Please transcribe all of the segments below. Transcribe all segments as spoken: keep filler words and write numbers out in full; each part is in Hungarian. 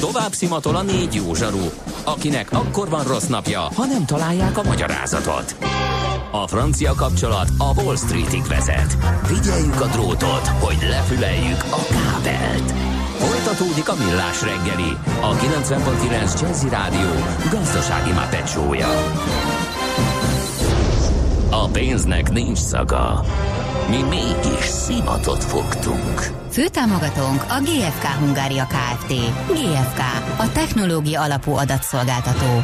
Tovább szimatol a négy jó zsaru, akinek akkor van rossz napja, ha nem találják a magyarázatot. A francia kapcsolat a Wall Streetig vezet. Figyeljük a drótot, hogy lefüleljük a kábelt. Folytatódik a Millás reggeli, a kilencven pont kilenc Jazzy Rádió gazdasági mápecsója. A pénznek nincs szaga. Mi mégis szimatot fogtunk. Főtámogatónk a gé ef ká Hungária Kft. gé ef ká, a technológia alapú adatszolgáltató.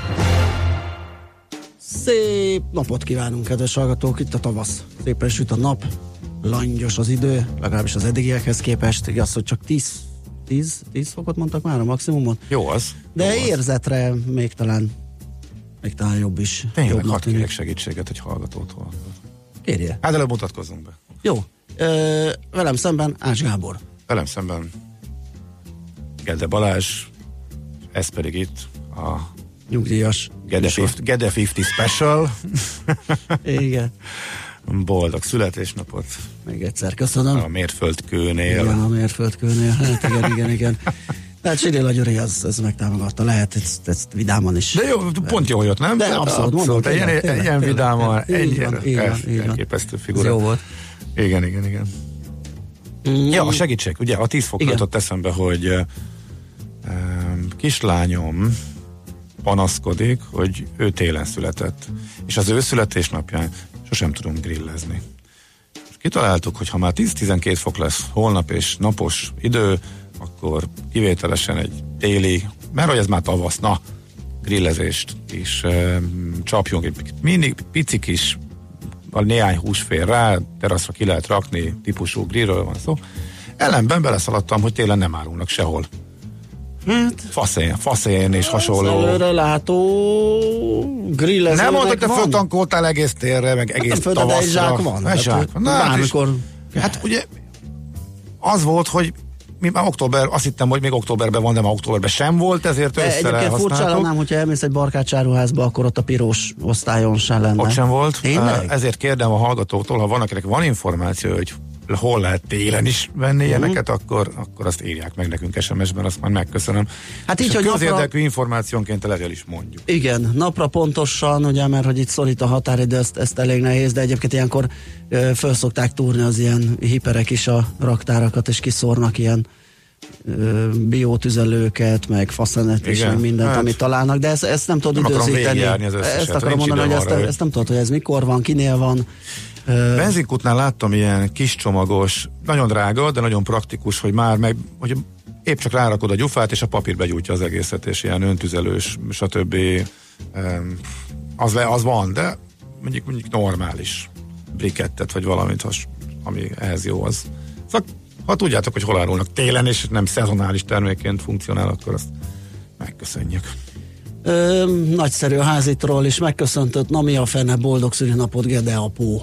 Szép napot kívánunk, kedves hallgatók, itt a tavasz. Szépen süt a nap, langyos az idő, legalábbis az eddigiekhez képest. Igaz, hogy csak tíz fokot mondtak már a maximumot. Jó az. De jó érzetre az. még talán még talán jobb is. Tényleg, hadd kérek segítséget, hogy hallgatótól. Kérje. Hát előbb mutatkozzunk be. Jó. Ö, velem szemben Ács Gábor. Velem szemben Gede Balázs, ez pedig itt a nyugdíjas Gede ötven Special. Igen. Boldog születésnapot. Még egyszer köszönöm. A mérföldkőnél. Igen, a mérföldkőnél. Hát igen, igen, igen. Tehát Csiréla Gyuri, az, ez megtámogatta. Lehet ezt, ezt vidáman is. De jó, pont jól jött, nem? De abszolút, abszolút mondom, ilyen, tényleg, tényleg, ilyen tényleg, vidáman, ennyire elképesztő figura. Jó volt. Igen, igen, igen. Mm. Ja, segítség, ugye a tíz fokra jutott eszembe, hogy uh, kislányom panaszkodik, hogy ő télen született, és az ő születésnapján sosem tudunk grillezni. És kitaláltuk, hogy ha már tíz-tizenkét fok lesz holnap és napos idő, akkor kivételesen egy téli, mert hogy ez már tavasz, na, grillezést is uh, csapjunk egy mindig pici kis, a néhány hús fér rá, teraszra ki lehet rakni, típusú grillről van szó. Ellenben beleszaladtam, hogy télen nem árulnak sehol. Hát, faszén, faszén és hasonló. Előre látó grillezőnek nem mondod, hogy te van? föltankoltál egész térre, meg egész hát tavaszra. De egy zsák van. Egy zsák van. Hát, bármikor... hát ugye az volt, hogy mi már október, azt hittem, hogy még októberben van, de már októberben sem volt, ezért ősszel elhasználtuk. Egyébként furcsállanám, hogyha elmész egy barkácsáruházba, akkor ott a piros osztályon sem lenne. Ott sem volt. Tényleg? Ezért kérdem a hallgatóktól, ha van, akinek van információ, hogy hol lehet télen is venni uh-huh. ilyeneket, akkor, akkor azt írják meg nekünk es em es-ben, azt már megköszönöm. Hát így, hogy közérdekű napra... információnként el is mondjuk. Igen, napra pontosan, ugye, mert hogy itt szorít a határidő, ezt, ezt elég nehéz, de egyébként ilyenkor ö, föl szokták túrni az ilyen hiperek is a raktárakat, és kiszórnak ilyen ö, biótüzelőket, meg faszenet és mindent, hát, amit találnak, de ezt, ezt nem tudod nem időzíteni. Ezt akarom mondani, hogy ezt, ezt nem tudod, hogy ez mikor van, kinél van. Benzinkútnál láttam ilyen kis csomagos, nagyon drága, de nagyon praktikus, hogy már meg, hogy épp csak rárakod a gyufát, és a papír begyújtja az egészet, és ilyen öntüzelős, stb. Az, az van, de mondjuk, mondjuk normális brikettet, vagy valamit, has, ami ehhez jó az. Szóval, ha tudjátok, hogy hol árulnak télen, és nem szezonális termékként funkcionál, akkor azt megköszönjük. Ö, nagyszerű a házitról, és megköszöntött, na mi a fene, boldog szülinapot, Gede apó.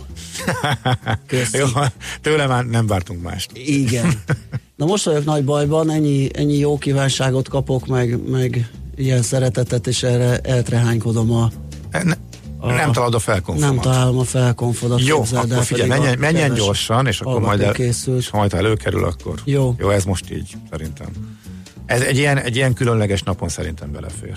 Jó, tőle már nem vártunk mást. Igen. Na most vagyok nagy bajban, ennyi, ennyi jó kívánságot kapok, meg, meg ilyen szeretetet, és erre eltrehánykodom a... Ne, a nem találod a felkonfomat. Nem találom a felkonfodat. Jó, képzeld, akkor figyelj, menjen, menjen gyorsan, és akkor majd, el, és majd előkerül, akkor jó. Jó, ez most így, szerintem. Ez egy ilyen, egy ilyen különleges napon szerintem belefér.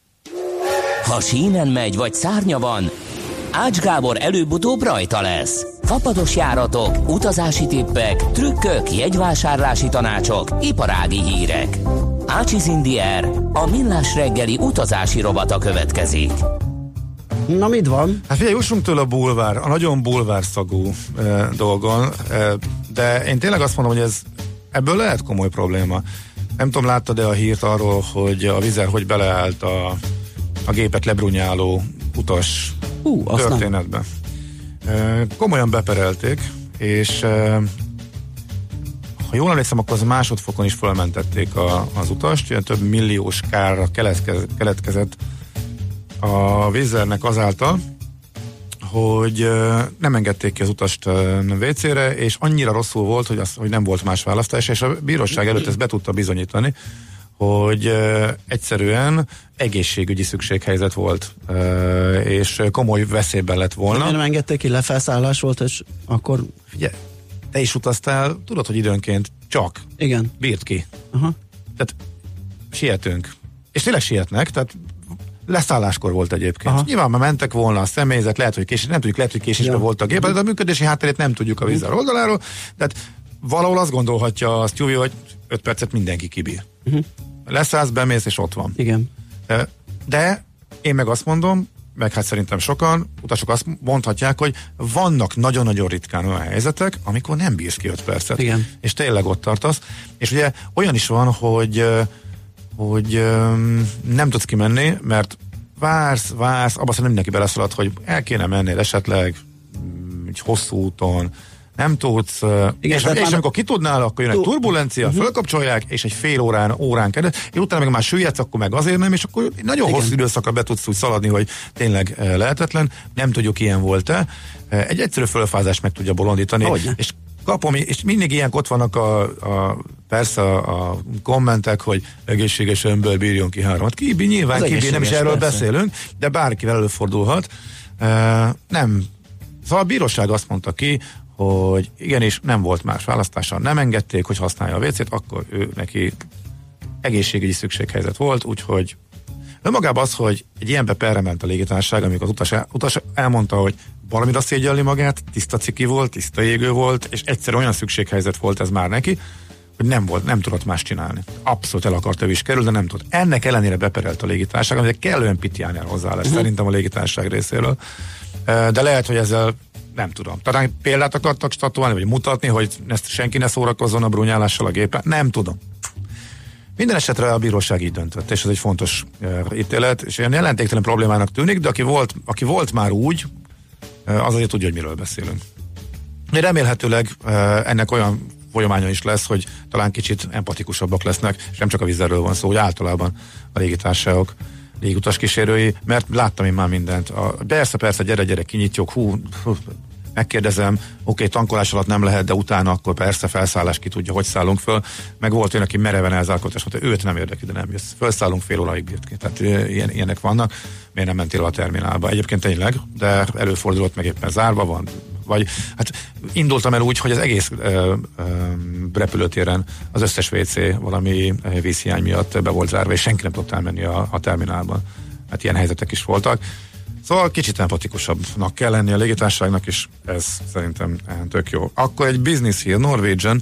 Ha sínen megy, vagy szárnya van, Ács Gábor előbb-utóbb rajta lesz. Fapados járatok, utazási tippek, trükkök, jegyvásárlási tanácsok, iparági hírek. Ácsiz in the Air, a millás reggeli utazási rovata következik. Na, mit van? Hát figyelj, jussunk tőle a bulvár, a nagyon bulvárszagú e, dolgon, e, de én tényleg azt mondom, hogy ez, ebből lehet komoly probléma. Nem tudom, láttad-e a hírt arról, hogy a Vizer hogy beleállt a a gépet lebrunyáló utas uh, történetbe. E, komolyan beperelték, és e, ha jól emlékszem, akkor az másodfokon is felmentették a, az utast, ilyen több milliós kárra keletkezett a Vizernek azáltal, hogy e, nem engedték ki az utast e, vé cére, és annyira rosszul volt, hogy, az, hogy nem volt más választás, és a bíróság előtt ezt be tudta bizonyítani, hogy uh, egyszerűen egészségügyi szükséghelyzet volt, uh, és komoly veszélyben lett volna. Nem engedték ki, lefelszállás volt, és akkor... Figyelj, te is utaztál, tudod, hogy időnként csak igen. bírt ki. Aha. Tehát sietünk. És tényleg sietnek, tehát leszálláskor volt egyébként. Aha. Nyilván már mentek volna a személyzet, lehet, hogy késés, nem tudjuk, lehet, hogy késésben ja. volt a gép, de a működési hátterét nem tudjuk a vízzel oldaláról, tehát valahol azt gondolhatja a Stewie, hogy öt percet mindenki kibír. Uh-huh. Leszállsz, bemész, és ott van. Igen. De én meg azt mondom, meg hát szerintem sokan, utasok azt mondhatják, hogy vannak nagyon-nagyon ritkán olyan helyzetek, amikor nem bírsz ki öt percet. Igen. És tényleg ott tartasz. És ugye olyan is van, hogy hogy nem tudsz kimenni, mert vársz, vársz, abban szerintem mindenki beleszalad, hogy el kéne mennél esetleg egy hosszú úton, nem tudsz, igen, és, és már... amikor ki tudnál, akkor jön egy turbulencia, uh-huh. fölkapcsolják, és egy fél órán, órán keresztül, és utána meg már süllyedsz, akkor meg azért nem, és akkor nagyon igen. hosszú időszakra be tudsz úgy szaladni, hogy tényleg lehetetlen. Nem tudjuk, ilyen volt-e. Egy egyszerű fölfázás meg tudja bolondítani, Hogyne. és kapom, és mindig ilyenek ott vannak a, a persze a, a kommentek, hogy egészséges ember bírjon ki háromat. Kibi, nyilván kibi, nem is erről persze. beszélünk, de bárkivel előfordulhat. Uh, nem. Szóval a bíróság azt mondta ki, hogy igenis nem volt más választása, nem engedték, hogy használja a vécét, akkor ő neki egészségügyi szükséghelyzet volt, úgyhogy önmagában az, hogy egy ilyenbe perre ment a légitársaság, amikor az utas, el, utas elmondta, hogy valamire szégyelli magát, tiszta ciki volt, tiszta égő volt, és egyszer olyan szükséghelyzet volt ez már neki, hogy nem volt, nem tudott más csinálni. Abszolút el akart ő is kerülni, de nem tudott. Ennek ellenére beperelt a légitársaság, ami kellően pittyán jár hozzáállás uh-huh. szerintem a légitársaság részéről. De lehet, hogy ezzel nem tudom. Talán példát akartak statuálni, vagy mutatni, hogy ezt senki ne szórakozzon a brunyálással a gépen. Nem tudom. Minden esetre a bíróság így döntött, és ez egy fontos uh, ítélet, és ilyen jelentéktelen problémának tűnik, de aki volt, aki volt már úgy, uh, az azért tudja, hogy miről beszélünk. Remélhetőleg uh, ennek olyan folyamánya is lesz, hogy talán kicsit empatikusabbak lesznek, és nem csak a vízerről van szó, hogy általában a légitársaságok, légutas kísérői, mert láttam én már mindent. A, persze, persze, gyere, gyere, kinyitjuk, hú, hú megkérdezem, oké, okay, tankolás alatt nem lehet, de utána akkor persze felszállás, ki tudja, hogy szállunk föl. Meg volt olyan, aki mereven elzárkózott, és mondta, őt nem érdekli, de nem jössz. Felszállunk, fél óráig bírt ki. Tehát ilyen, ilyenek vannak. Miért nem mentél a terminálba? Egyébként tényleg, de előfordulott, meg éppen zárva van. Vagy hát indultam el úgy, hogy az egész ö, ö, repülőtéren az összes vé cé valami vízhiány miatt be volt zárva, és senki nem tudott elmenni a, a terminálban. Hát ilyen helyzetek is voltak. Szóval kicsit empatikusabbnak kell lenni a légitársaságnak, és ez szerintem tök jó. Akkor egy business hír, Norwegian.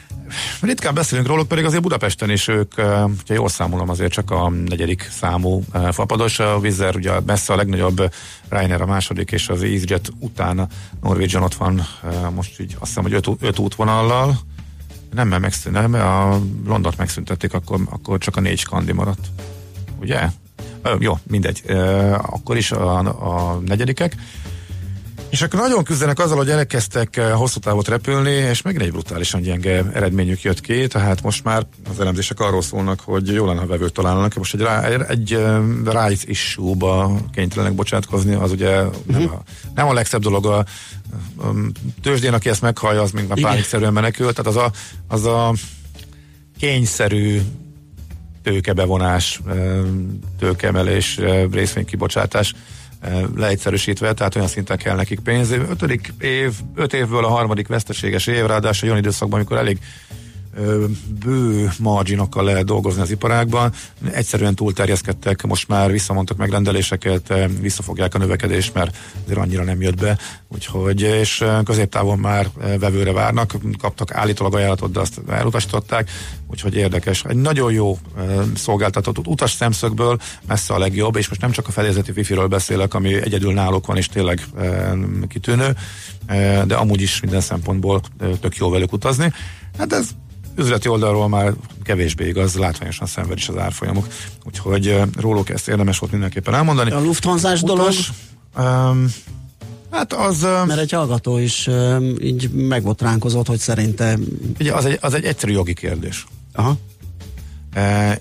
Ritkán beszélünk róluk, pedig azért Budapesten is ők, ha jól számolom, azért csak a negyedik számú fapados. A Wizz Air ugye messze a legnagyobb, Ryanair a második, és az EasyJet után a Norwegian ott van, most így azt hiszem, hogy öt, öt útvonallal. Nem, mert megszűnt, mert a Londont megszüntették, akkor, akkor csak a négy skandi maradt. Ugye? Jó, mindegy. Akkor is a, a negyedikek. És akkor nagyon küzdenek azzal, hogy elkezdtek hosszú távot repülni, és megint egy brutálisan gyenge eredményük jött ki, tehát most már az elemzések arról szólnak, hogy jó lenne, ha vevőt találnak. Most egy, rá, egy rights issue-ba kénytelenek bocsátkozni, az ugye uh-huh. nem, a, nem a legszebb dolog a, a tőzsdén, aki ezt meghallja, az még már pánikszerűen menekül, tehát az a, az a kényszerű tőkebevonás, tőkeemelés, részvénykibocsátás leegyszerűsítve, tehát olyan szinten kell nekik pénz. Ötödik év, öt évből a harmadik veszteséges év, ráadásul olyan időszakban, amikor elég ö, bő marginokkal lehet dolgozni az iparágban. Egyszerűen túlterjeszkedtek, most már visszamondtak megrendeléseket, visszafogják a növekedést, mert azért annyira nem jött be, úgyhogy, és középtávon már vevőre várnak, kaptak állítólag ajánlatot, de azt elutasították, úgyhogy érdekes. Egy nagyon jó szolgáltatott utas szemszögből messze a legjobb, és most nem csak a fedélzeti wifi-ről beszélek, ami egyedül náluk van, és tényleg kitűnő, de amúgy is minden szempontból tök jó velük utazni. Hát ez üzleti oldalról már kevésbé igaz, látványosan szenved is az árfolyamok. Úgyhogy róluk ezt érdemes volt mindenképpen elmondani. A Lufthansa-s dolog? Um, hát az... Um, Mert egy hallgató is um, így megbotránkozott, hogy szerinte... Ugye az egy, az egy egyszerű jogi kérdés. Aha. E,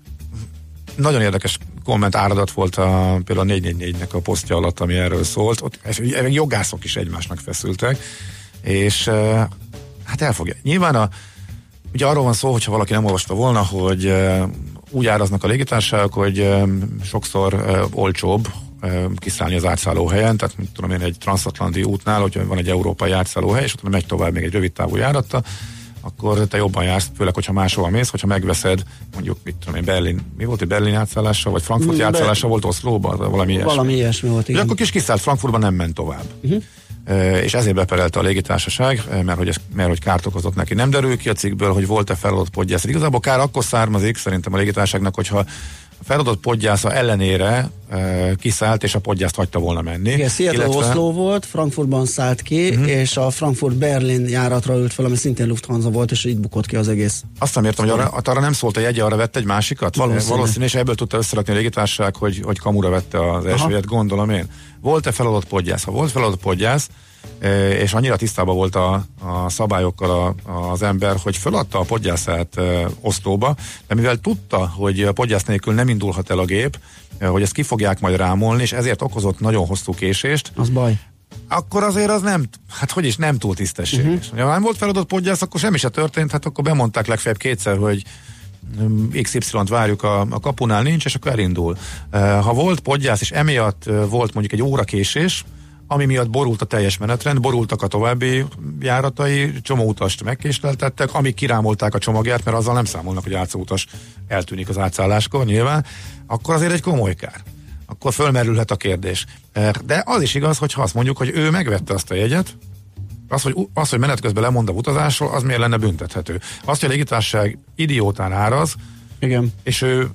nagyon érdekes komment áradat volt a, például a négy négy négynek a posztja alatt, ami erről szólt. Ott jogászok is egymásnak feszültek, és e, hát elfogja. Nyilván a Ugye arról van szó, hogyha valaki nem olvasta volna, hogy uh, úgy áraznak a légitársaságok, hogy uh, sokszor uh, olcsóbb uh, kiszállni az átszállóhelyen, tehát mint tudom én egy transatlanti útnál, hogyha van egy európai átszállóhely, és ott megy tovább még egy rövid távú járatta, akkor te jobban jársz, főleg, hogyha máshova mész, hogyha megveszed, mondjuk, mit tudom én, Berlin, mi volt, hogy Berlin átszállása, vagy Frankfurt Be... átszállása volt Oszlóban, valami ilyesmi. Valami ilyesmi volt, igen. És akkor kis kiszállt Frankfurtban, nem ment tovább. Uh-huh. E, és ezért beperelte a légitársaság, mert hogy, ez, mert hogy kárt okozott neki. Nem derül ki a cikkből, hogy volt-e feladott podgyász. Igazából kár akkor származik, szerintem a légitársaságnak, hogyha a feladott podgyásza ellenére e, kiszállt, és a podgyászt hagyta volna menni. Igen, Seattle illetve... Oszló volt, Frankfurtban szállt ki, uh-huh. és a Frankfurt-Berlin járatra ült fel, ami szintén Lufthansa volt, és így bukott ki az egész. Azt nem értem, hogy arra, arra nem szólt a jegye, arra vett egy másikat? Valószínű. Valószínű, és ebből tudta összerakni a légitársaság, hogy, hogy kamura vette az első jegyet, gondolom én. Volt-e feladott podgyász? Ha volt feladott podgyász, és annyira tisztában volt a, a szabályokkal a, az ember, hogy feladta a podgyászát e, Oszlóba, de mivel tudta, hogy a podgyász nélkül nem indulhat el a gép, e, hogy ezt ki fogják majd rámolni, és ezért okozott nagyon hosszú késést. Az baj. Akkor azért az nem, hát hogy is, nem túl tisztességes. Uh-huh. Ha nem volt feladott podgyász, akkor semmi se történt, hát akkor bemondták legfeljebb kétszer, hogy iksz ipszilont várjuk a, a kapunál, nincs, és akkor elindul. E, ha volt podgyász, és emiatt volt mondjuk egy óra késés, ami miatt borult a teljes menetrend, borultak a további járatai, csomó utast megkésleltettek, amíg kirámolták a csomagját, mert azzal nem számolnak, hogy átszóutas eltűnik az átszálláskor nyilván, akkor azért egy komoly kár. Akkor fölmerülhet a kérdés. De az is igaz, hogy ha azt mondjuk, hogy ő megvette azt a jegyet, az, hogy, az, hogy menet közben lemond a utazásról, az miért lenne büntethető? Azt, hogy a légitársaság idiótán áraz, igen. És ő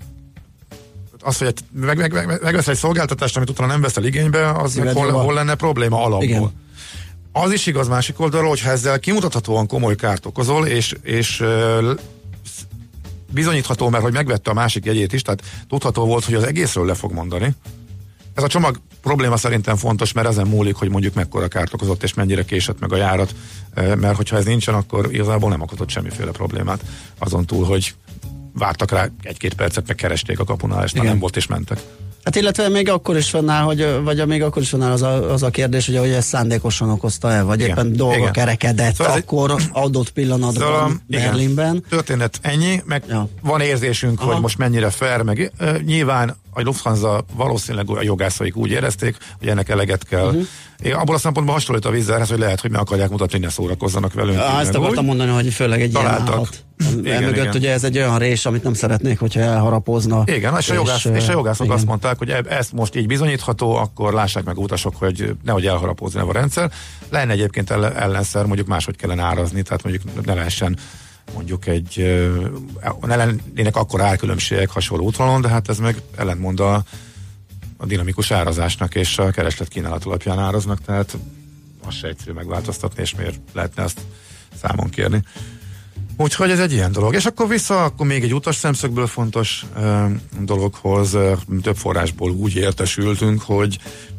az, hogy meg, meg, meg, megvesz egy szolgáltatást, amit utána nem veszel igénybe, az hol, hol lenne probléma alapból. Igen. Az is igaz másik oldalról, hogyha ezzel kimutathatóan komoly kárt okozol, és, és uh, bizonyítható, mert hogy megvette a másik jegyét is, tehát tudható volt, hogy az egészről le fog mondani. Ez a csomag probléma szerintem fontos, mert ezen múlik, hogy mondjuk mekkora kárt okozott, és mennyire késett meg a járat, uh, mert hogyha ez nincsen, akkor igazából nem okozott semmiféle problémát. Azon túl, hogy vártak rá egy-két percet, meg keresték a kapunál, és nem volt, és mentek. Hát illetve még akkor is fennáll, hogy, vagy még akkor is fennáll az a, az a kérdés, hogy, hogy ezt szándékosan okozta-e, vagy igen, éppen dolga igen. kerekedett szóval akkor egy, adott pillanatban szóval, Berlinben. Igen. Történet ennyi, meg ja. van érzésünk, Aha. hogy most mennyire fair, meg uh, nyilván a Lufthansa valószínűleg a jogászaik úgy érezték, hogy ennek eleget kell. Uh-huh. Én abból a szempontból hasonlít a vízzelhez, hogy lehet, hogy meg akarják mutatni, hogy ne szórakozzanak velünk. Ja, ezt akartam úgy. mondani, hogy főleg egy Találtak. ilyen állat. Igen, mögött igen. ugye ez egy olyan rés, amit nem szeretnék, hogyha elharapozna. Igen, és, és, a, jogász, és a jogászok igen. azt mondták, hogy ezt most így bizonyítható, akkor lássák meg utasok, hogy nehogy elharapozni a rendszer. Lenne egyébként ellenszer, mondjuk máshogy kellene árazni, tehát mondjuk ne lehessen mondjuk egy, ne lennének akkor árkülönbségek hasonló útvonalon, de hát ez meg ellentmond a, a dinamikus árazásnak, és a kereslet kínálat alapján áraznak, tehát az se egyszerű megváltoztatni, és miért lehetne azt számon kérni. Úgyhogy ez egy ilyen dolog. És akkor vissza, akkor még egy utas szemszögből fontos uh, dologhoz, uh, több forrásból úgy értesültünk, hogy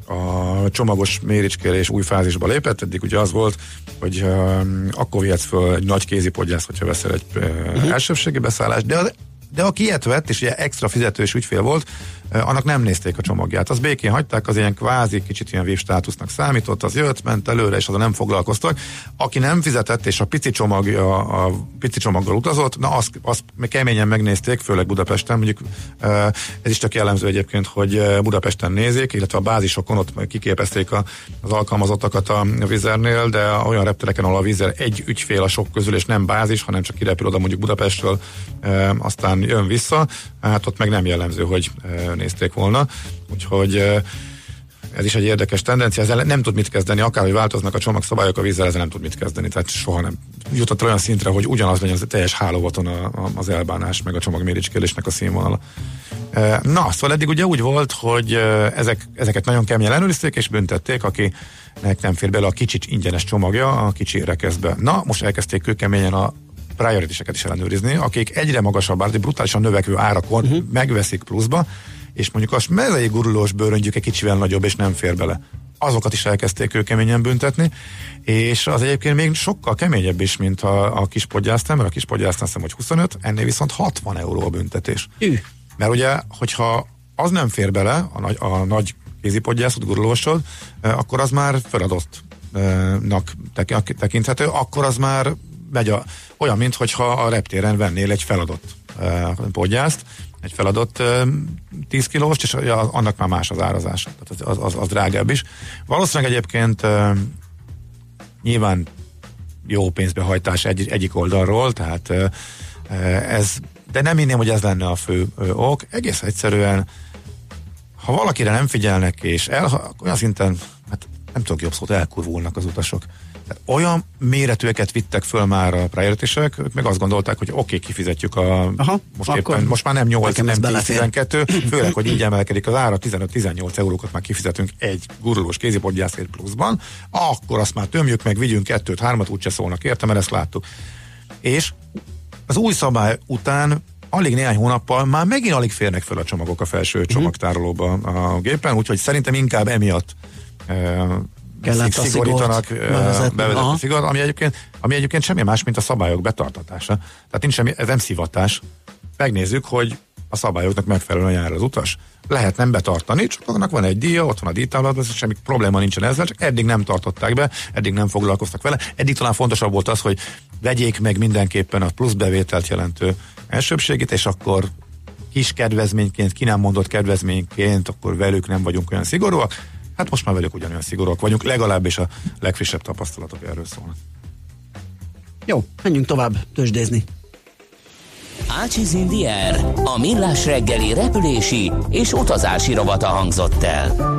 a csomagos méricskérés új fázisba lépett, eddig ugye az volt, hogy uh, akkor vihetsz föl egy nagy kézipodgyászt, hogyha veszel egy uh, uh-huh. elsőbségi beszállást, de, az, de aki ilyet vett, és ugye extra fizetős ügyfél volt, uh, annak nem nézték a csomagját. Az békén hagyták, az ilyen kvázi, kicsit ilyen vé i pé státusznak számított, az jött, ment előre, és azon nem foglalkoztak. Aki nem fizetett, és a pici, csomagja, a pici csomaggal utazott, na azt, azt keményen megnézték, főleg Budapesten, mondjuk uh, ez is csak jellemző egyébként, hogy Budapesten nézik, illetve a bázisokon ott kiképezték a, az alkalmazottakat a Vizernél, de olyan reptereken, ahol a Vizer egy ügyfél a sok közül, és nem bázis, hanem csak kirepül oda mondjuk Budapestről, uh, aztán jön vissza, hát ott meg nem jellemző, hogy uh, nézték volna. Úgyhogy uh, ez is egy érdekes tendencia, ezzel nem tud mit kezdeni, akárhogy változnak a csomagszabályok, a Vízzel ezzel nem tud mit kezdeni, tehát soha nem jutott olyan szintre, hogy ugyanaz legyen az teljes hálóvaton a, a, az elbánás, meg a csomagméricskélésnek a színvonala. Na, szóval eddig ugye úgy volt, hogy ezek, ezeket nagyon keményen ellenőrizték és büntették, akinek nem fér bele a kicsit ingyenes csomagja, a kicsi rekeszbe. Na, most elkezdték kőkeményen a priority-seket is ellenőrizni, akik egyre magasabb árat, brutálisan növekvő árakon uh-huh. megveszik pluszba, és mondjuk az mezei gurulós bőröngyük egy kicsivel nagyobb, és nem fér bele. Azokat is elkezdték kőkeményen büntetni, és az egyébként még sokkal keményebb is, mint a, a kispodgyásztán, mert a kispodgyásztán hiszem, hogy huszonöt, ennél viszont hatvan euró a büntetés. Ű. Mert ugye, hogyha az nem fér bele, a nagy, a nagy kézipodgyászod, gurulósod, akkor az már feladottnak tekinthető, akkor az már megy a, olyan, mintha a reptéren vennél egy feladott podgyászt, egy feladott tíz kilóst, és annak már más az árazás. Tehát az, az, az drágább is. Valószínűleg egyébként nyilván jó pénzbehajtás egy, egyik oldalról, tehát ez, de nem hinném, hogy ez lenne a fő ok. Egész egyszerűen, ha valakire nem figyelnek, és el, olyan szinten, hát nem tudok jobb szót, elkurvulnak az utasok. Tehát olyan méretűeket vittek föl már a priority-sek, ők meg azt gondolták, hogy oké, okay, kifizetjük a Aha, most, éppen, most már nem nyolc, nem tíz tizenkettő, főleg, hogy így emelkedik az ára, tizenöt-tizennyolc eurókat már kifizetünk egy gurulós kézipodgyászért pluszban, akkor azt már tömjük meg, vigyünk kettőt, hármat, úgyse szólnak, értem, mert ezt láttuk. És az új szabály után alig néhány hónappal már megint alig férnek fel a csomagok a felső csomagtárolóba a gépen, úgyhogy szerintem inkább emiatt kellett a szigorítanak, bevezetni szigor, ami egyébként, ami egyébként semmi más, mint a szabályok betartatása. Tehát nincs semmi, ez nem szivatás. Megnézzük, hogy a szabályoknak megfelelően jár az utas. Lehet nem betartani, csak annak van egy díja, ott van a díjtáblat, semmi probléma nincsen ezzel, csak eddig nem tartották be, eddig nem foglalkoztak vele. Eddig talán fontosabb volt az, hogy vegyék meg mindenképpen a plusz bevételt jelentő elsőbségét, és akkor kis kedvezményként, ki nem mondott kedvezményként, akkor velük nem vagyunk olyan szigorúak. Hát most már velük ugyanolyan szigorúak vagyunk, legalábbis a legfrissebb tapasztalatok erről szólnak. Jó, menjünk tovább tőzsdézni. Ácsiz Indier, a millás reggeli repülési és utazási rovata hangzott el.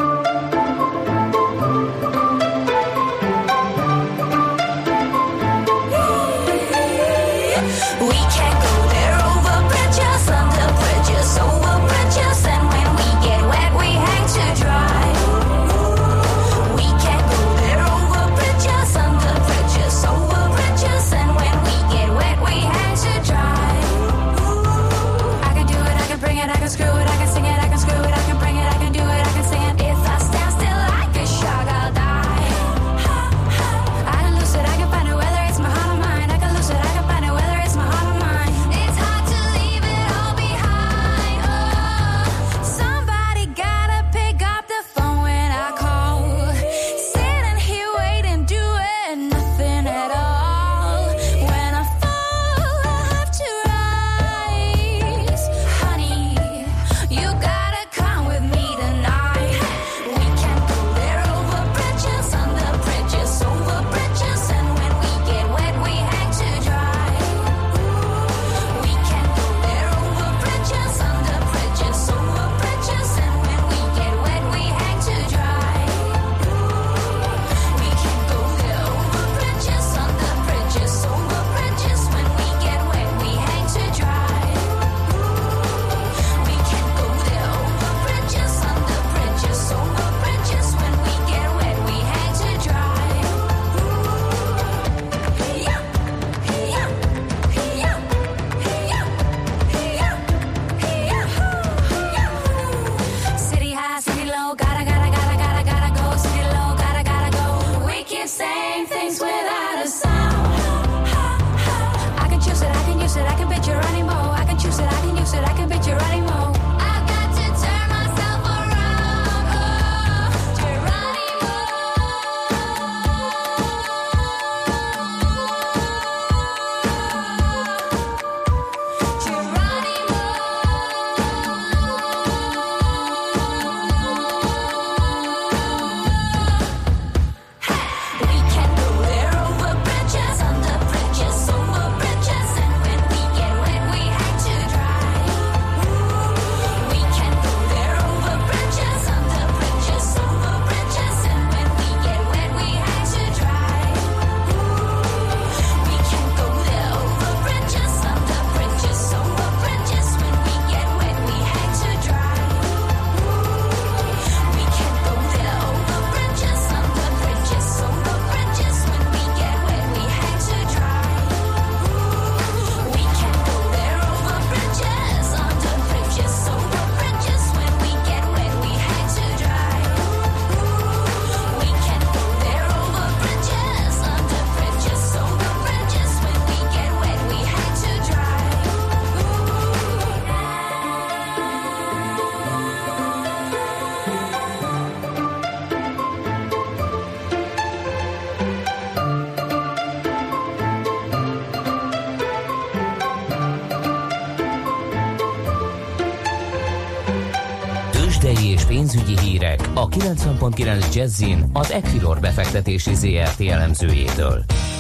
És pénzügyi hírek a kilencven pont kilenc Jazzin az Equilor befektetési zé er té elemzőjétől.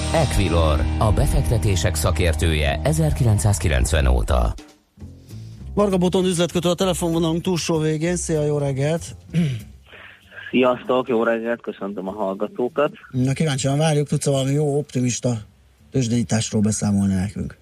Equilor, a befektetések szakértője ezerkilencszázkilencven óta. Varga Botond üzletkötő a telefonvonalunk túlsó végén. Szia, jó reggelt! Sziasztok, jó reggelt, köszöntöm a hallgatókat. Na, kíváncsian várjuk, tudsz valami jó optimista tőzsdenyításról beszámolni nekünk?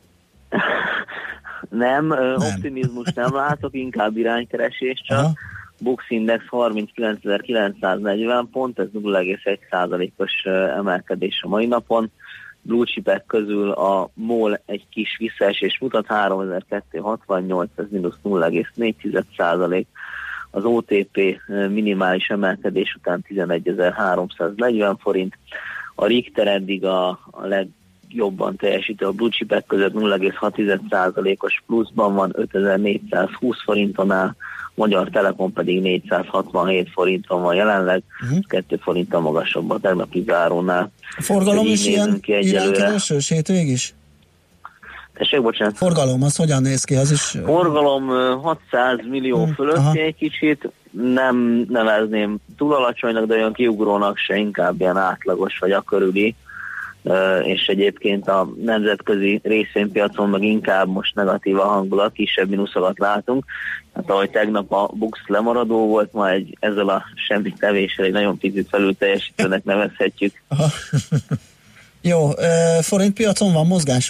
nem, nem, optimizmus nem látok, inkább iránykeresés csak. Aha. Bux Index harminckilencezer-kilencszáznegyven pont, ez nulla egész egy százalékos emelkedés a mai napon. Blue chipek közül a MOL egy kis visszaesés mutat, háromezer-kétszázhatvannyolc, ez mínusz nulla egész négy százalék. Az o té pé minimális emelkedés után tizenegyezer-háromszáznegyven forint. A Richter eddig a, a legjobban teljesítő a blue chipek között nulla egész hat százalékos pluszban van, ötezer-négyszázhúsz forinton áll, Magyar Telekom pedig négyszázhatvanhét forinton van jelenleg, uh-huh. kettő forinttal magasabb a tegnapi zárónál. A forgalom is ilyen iránykeresős hétvég is? Tessék, bocsánat. Forgalom, az hogyan néz ki? Az is... Forgalom hatszáz millió hmm, fölötti aha. egy kicsit, nem nevezném túl alacsonynak, de olyan kiugrónak se, inkább ilyen átlagos vagy a körüli, és egyébként a nemzetközi részvénypiacon meg inkább most negatív a hangulat, kisebb mínuszokat látunk. Hát ahogy tegnap a Bux lemaradó volt, ma egy, ezzel a semmi tevéssel egy nagyon picit felül teljesítőnek nevezhetjük. Aha. Jó, forint piacon van mozgás?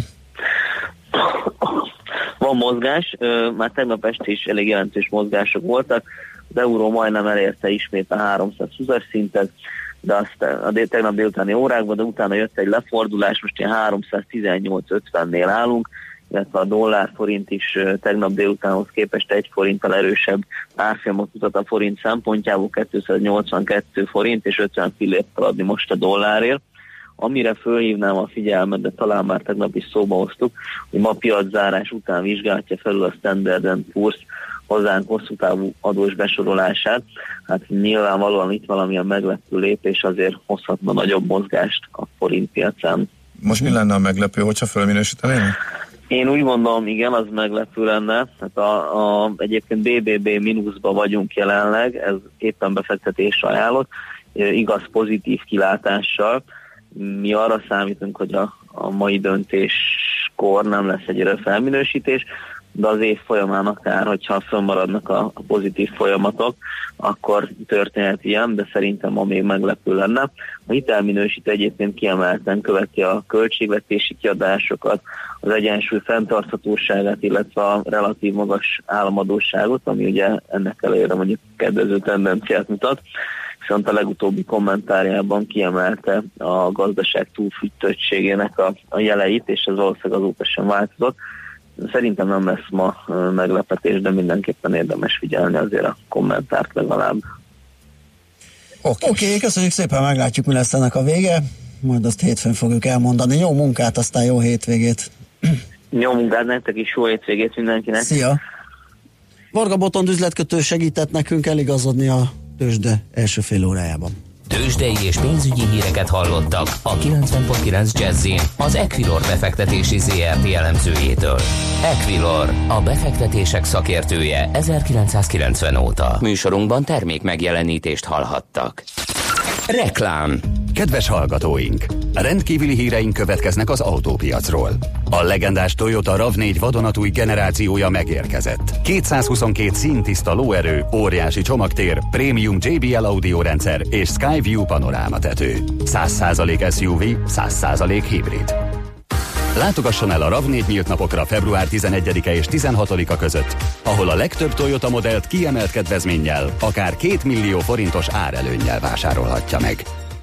Van mozgás, már tegnap este is elég jelentős mozgások voltak, az euró majdnem elérte ismét a háromszázhúszas szintet, de azt a tegnap délutáni órákban, de utána jött egy lefordulás, most ilyen háromszáztizennyolc ötvennél állunk, illetve a dollár forint is tegnap délutánhoz képest egy forinttal erősebb árfolyamot mutat a forint szempontjából, kétszáznyolcvankettő forint és ötven fillért adni most a dollárért. Amire fölhívnám a figyelmet, de talán már tegnap is szóba hoztuk, hogy ma piaczárás után vizsgálja felül a Standard and Poor's hozzánk hosszú távú adós besorolását. Hát nyilvánvalóan itt valamilyen meglepő lépés azért hozhatna nagyobb mozgást a forint piacán. Most mi lenne a meglepő, hogyha fölminősítenénk? Én úgy gondolom, igen, az meglepő lenne. Hát a, a, egyébként bé bé bé mínuszba vagyunk jelenleg, ez éppen befektetésre ajánlott, igaz pozitív kilátással. Mi arra számítunk, hogy a, a mai döntéskor nem lesz egyre felminősítés, de az év folyamán akár, hogyha fönnmaradnak a, a pozitív folyamatok, akkor történhet ilyen, de szerintem ma még meglepő lenne. A hitelminősítő egyébként kiemelten követi a költségvetési kiadásokat, az egyensúly fenntarthatóságát, illetve a relatív magas államadósságot, ami ugye ennek ellenére mondjuk kedvező tendenciát mutat. Viszont a legutóbbi kommentárjában kiemelte a gazdaság túlfűtöttségének a, a jeleit, és ez valószínűleg azóta sem változott. Szerintem nem lesz ma meglepetés, de mindenképpen érdemes figyelni azért a kommentárt legalább. Oké, okay. okay, köszönjük szépen, meglátjuk, mi lesz ennek a vége. Majd azt hétfőn fogjuk elmondani. Jó munkát, aztán jó hétvégét. Jó munkát nektek is, jó hétvégét mindenkinek. Szia! Varga Botond üzletkötő segített nekünk eligazodni a tőzsde első fél órájában. Tőzsdei és pénzügyi híreket hallottak a kilencven pont kilenc Jazzin az Equilor befektetési zé er té elemzőjétől. Equilor, a befektetések szakértője ezerkilencszázkilencven óta. Műsorunkban termék megjelenítést hallhattak. Reklám. Kedves hallgatóink! Rendkívüli híreink következnek az autópiacról. A legendás Toyota ráv négy vadonatúj generációja megérkezett. kétszázhuszonkettő színtiszta lóerő, óriási csomagtér, prémium jé bé el audiorendszer és Skyview panorámatető. száz százalék es u vé, száz százalék hibrid. Látogasson el a ráv négy nyílt napokra február tizenegyedike és tizenhatodika között, ahol a legtöbb Toyota modellt kiemelt kedvezménnyel, akár két millió forintos árelőnnyel vásárolhatja meg.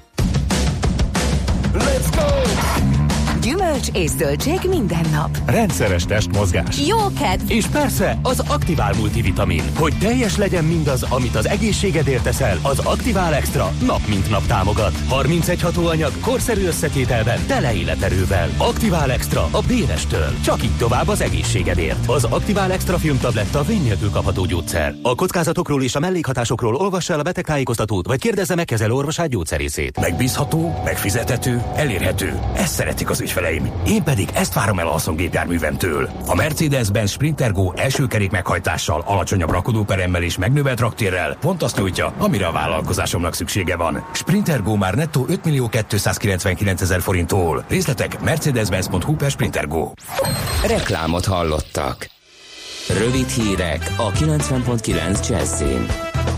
Let's go! Gyümölcs és zöldség minden nap. Rendszeres testmozgás. Jó kedv! És persze az Aktivál multivitamin. Hogy teljes legyen mindaz, amit az egészségedért teszel, az Aktivál Extra nap mint nap támogat. harmincegy hatóanyag, korszerű összetételben, tele életerővel. Aktivál Extra a Bérestől. Csak így tovább az egészségedért. Az Aktivál Extra filmtabletta vén nélkül kapható gyógyszer. A kockázatokról és a mellékhatásokról olvassa el a betegtájékoztatót, vagy kérdezze meg kezelőorvosát, gyógyszerészét. Megbízható, megfizethető, elérhető. Ezt szeretik az ügyfeleim. bizony. Én pedig ezt várom el a haszongépjárművemtől. A Mercedes-Benz Sprinter Go első kerék meghajtással, alacsonyabb rakodóperemmel és megnövelt raktérrel pont azt nyújtja, amire a vállalkozásomnak szüksége van. Sprinter Go már nettó ötmillió kétszázkilencvenkilencezer forinttól. Részletek mercedes-benz pont hu per Sprinter Go. Reklámot hallottak. Rövid hírek a kilencven pont kilenc Jazzin.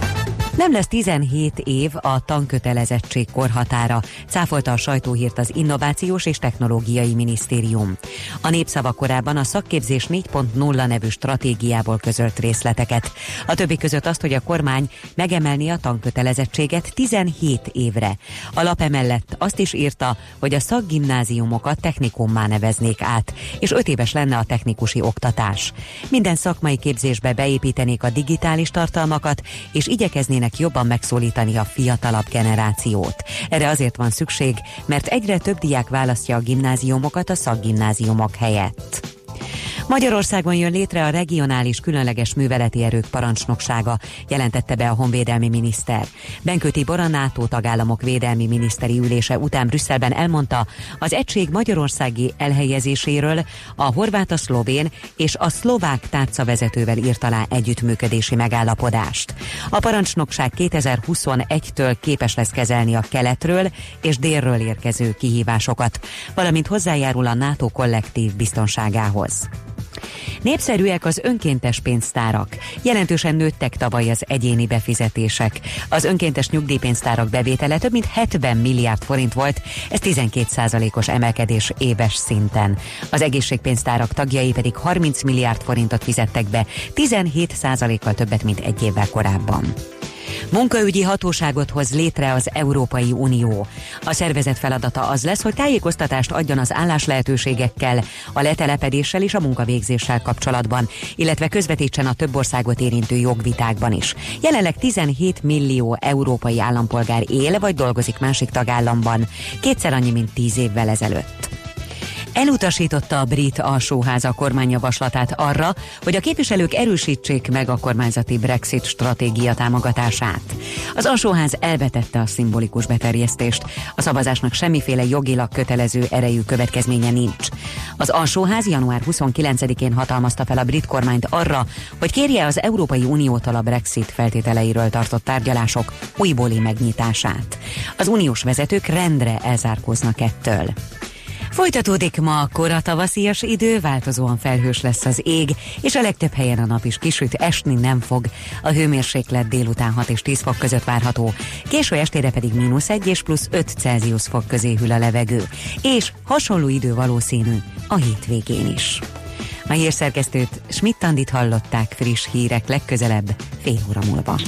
Nem lesz tizenhét év a tankötelezettség korhatára, cáfolta a sajtóhírt az Innovációs és Technológiai Minisztérium. A Népszava korábban a szakképzés négy pont nulla nevű stratégiából közölt részleteket. A többi között azt, hogy a kormány megemelni a tankötelezettséget tizenhét évre. A lap emellett azt is írta, hogy a szakgimnáziumokat technikummá neveznék át, és öt éves lenne a technikusi oktatás. Minden szakmai képzésbe beépítenék a digitális tartalmakat, és igyekeznének jobban megszólítani a fiatalabb generációt. Erre azért van szükség, mert egyre több diák választja a gimnáziumokat a szakgimnáziumok helyett. Magyarországon jön létre a regionális különleges műveleti erők parancsnoksága, jelentette be a honvédelmi miniszter. Benkő Tibor, a NATO tagállamok védelmi miniszteri ülése után Brüsszelben elmondta, az egység magyarországi elhelyezéséről a horvát, a szlovén és a szlovák tárcavezetővel írt alá együttműködési megállapodást. A parancsnokság kétezer-huszonegytől képes lesz kezelni a keletről és délről érkező kihívásokat, valamint hozzájárul a NATO kollektív biztonságához. Népszerűek az önkéntes pénztárak. Jelentősen nőttek tavaly az egyéni befizetések. Az önkéntes nyugdíjpénztárak bevétele több mint hetven milliárd forint volt, ez tizenkét százalékos emelkedés éves szinten. Az egészségpénztárak tagjai pedig harminc milliárd forintot fizettek be, tizenhét százalékkal többet, mint egy évvel korábban. Munkaügyi hatóságot hoz létre az Európai Unió. A szervezet feladata az lesz, hogy tájékoztatást adjon az álláslehetőségekkel, a letelepedéssel és a munkavégzéssel kapcsolatban, illetve közvetítsen a több országot érintő jogvitákban is. Jelenleg tizenhét millió európai állampolgár él vagy dolgozik másik tagállamban, kétszer annyi, mint tíz évvel ezelőtt. Elutasította a brit alsóház a kormányjavaslatát arra, hogy a képviselők erősítsék meg a kormányzati Brexit stratégia támogatását. Az alsóház elvetette a szimbolikus beterjesztést. A szavazásnak semmiféle jogilag kötelező erejű következménye nincs. Az alsóház január huszonkilencedikén hatalmazta fel a brit kormányt arra, hogy kérje az Európai Uniótól a Brexit feltételeiről tartott tárgyalások újbóli megnyitását. Az uniós vezetők rendre elzárkóznak ettől. Folytatódik ma a kora tavaszias idő, változóan felhős lesz az ég, és a legtöbb helyen a nap is kisüt, esni nem fog. A hőmérséklet délután hat és tíz fok között várható, késő estére pedig mínusz egy és plusz öt Celsius fok közé hűl a levegő, és hasonló idő valószínű a hétvégén is. A hírszerkesztőt, Schmidt-Andit hallották, friss hírek legközelebb fél óra múlva.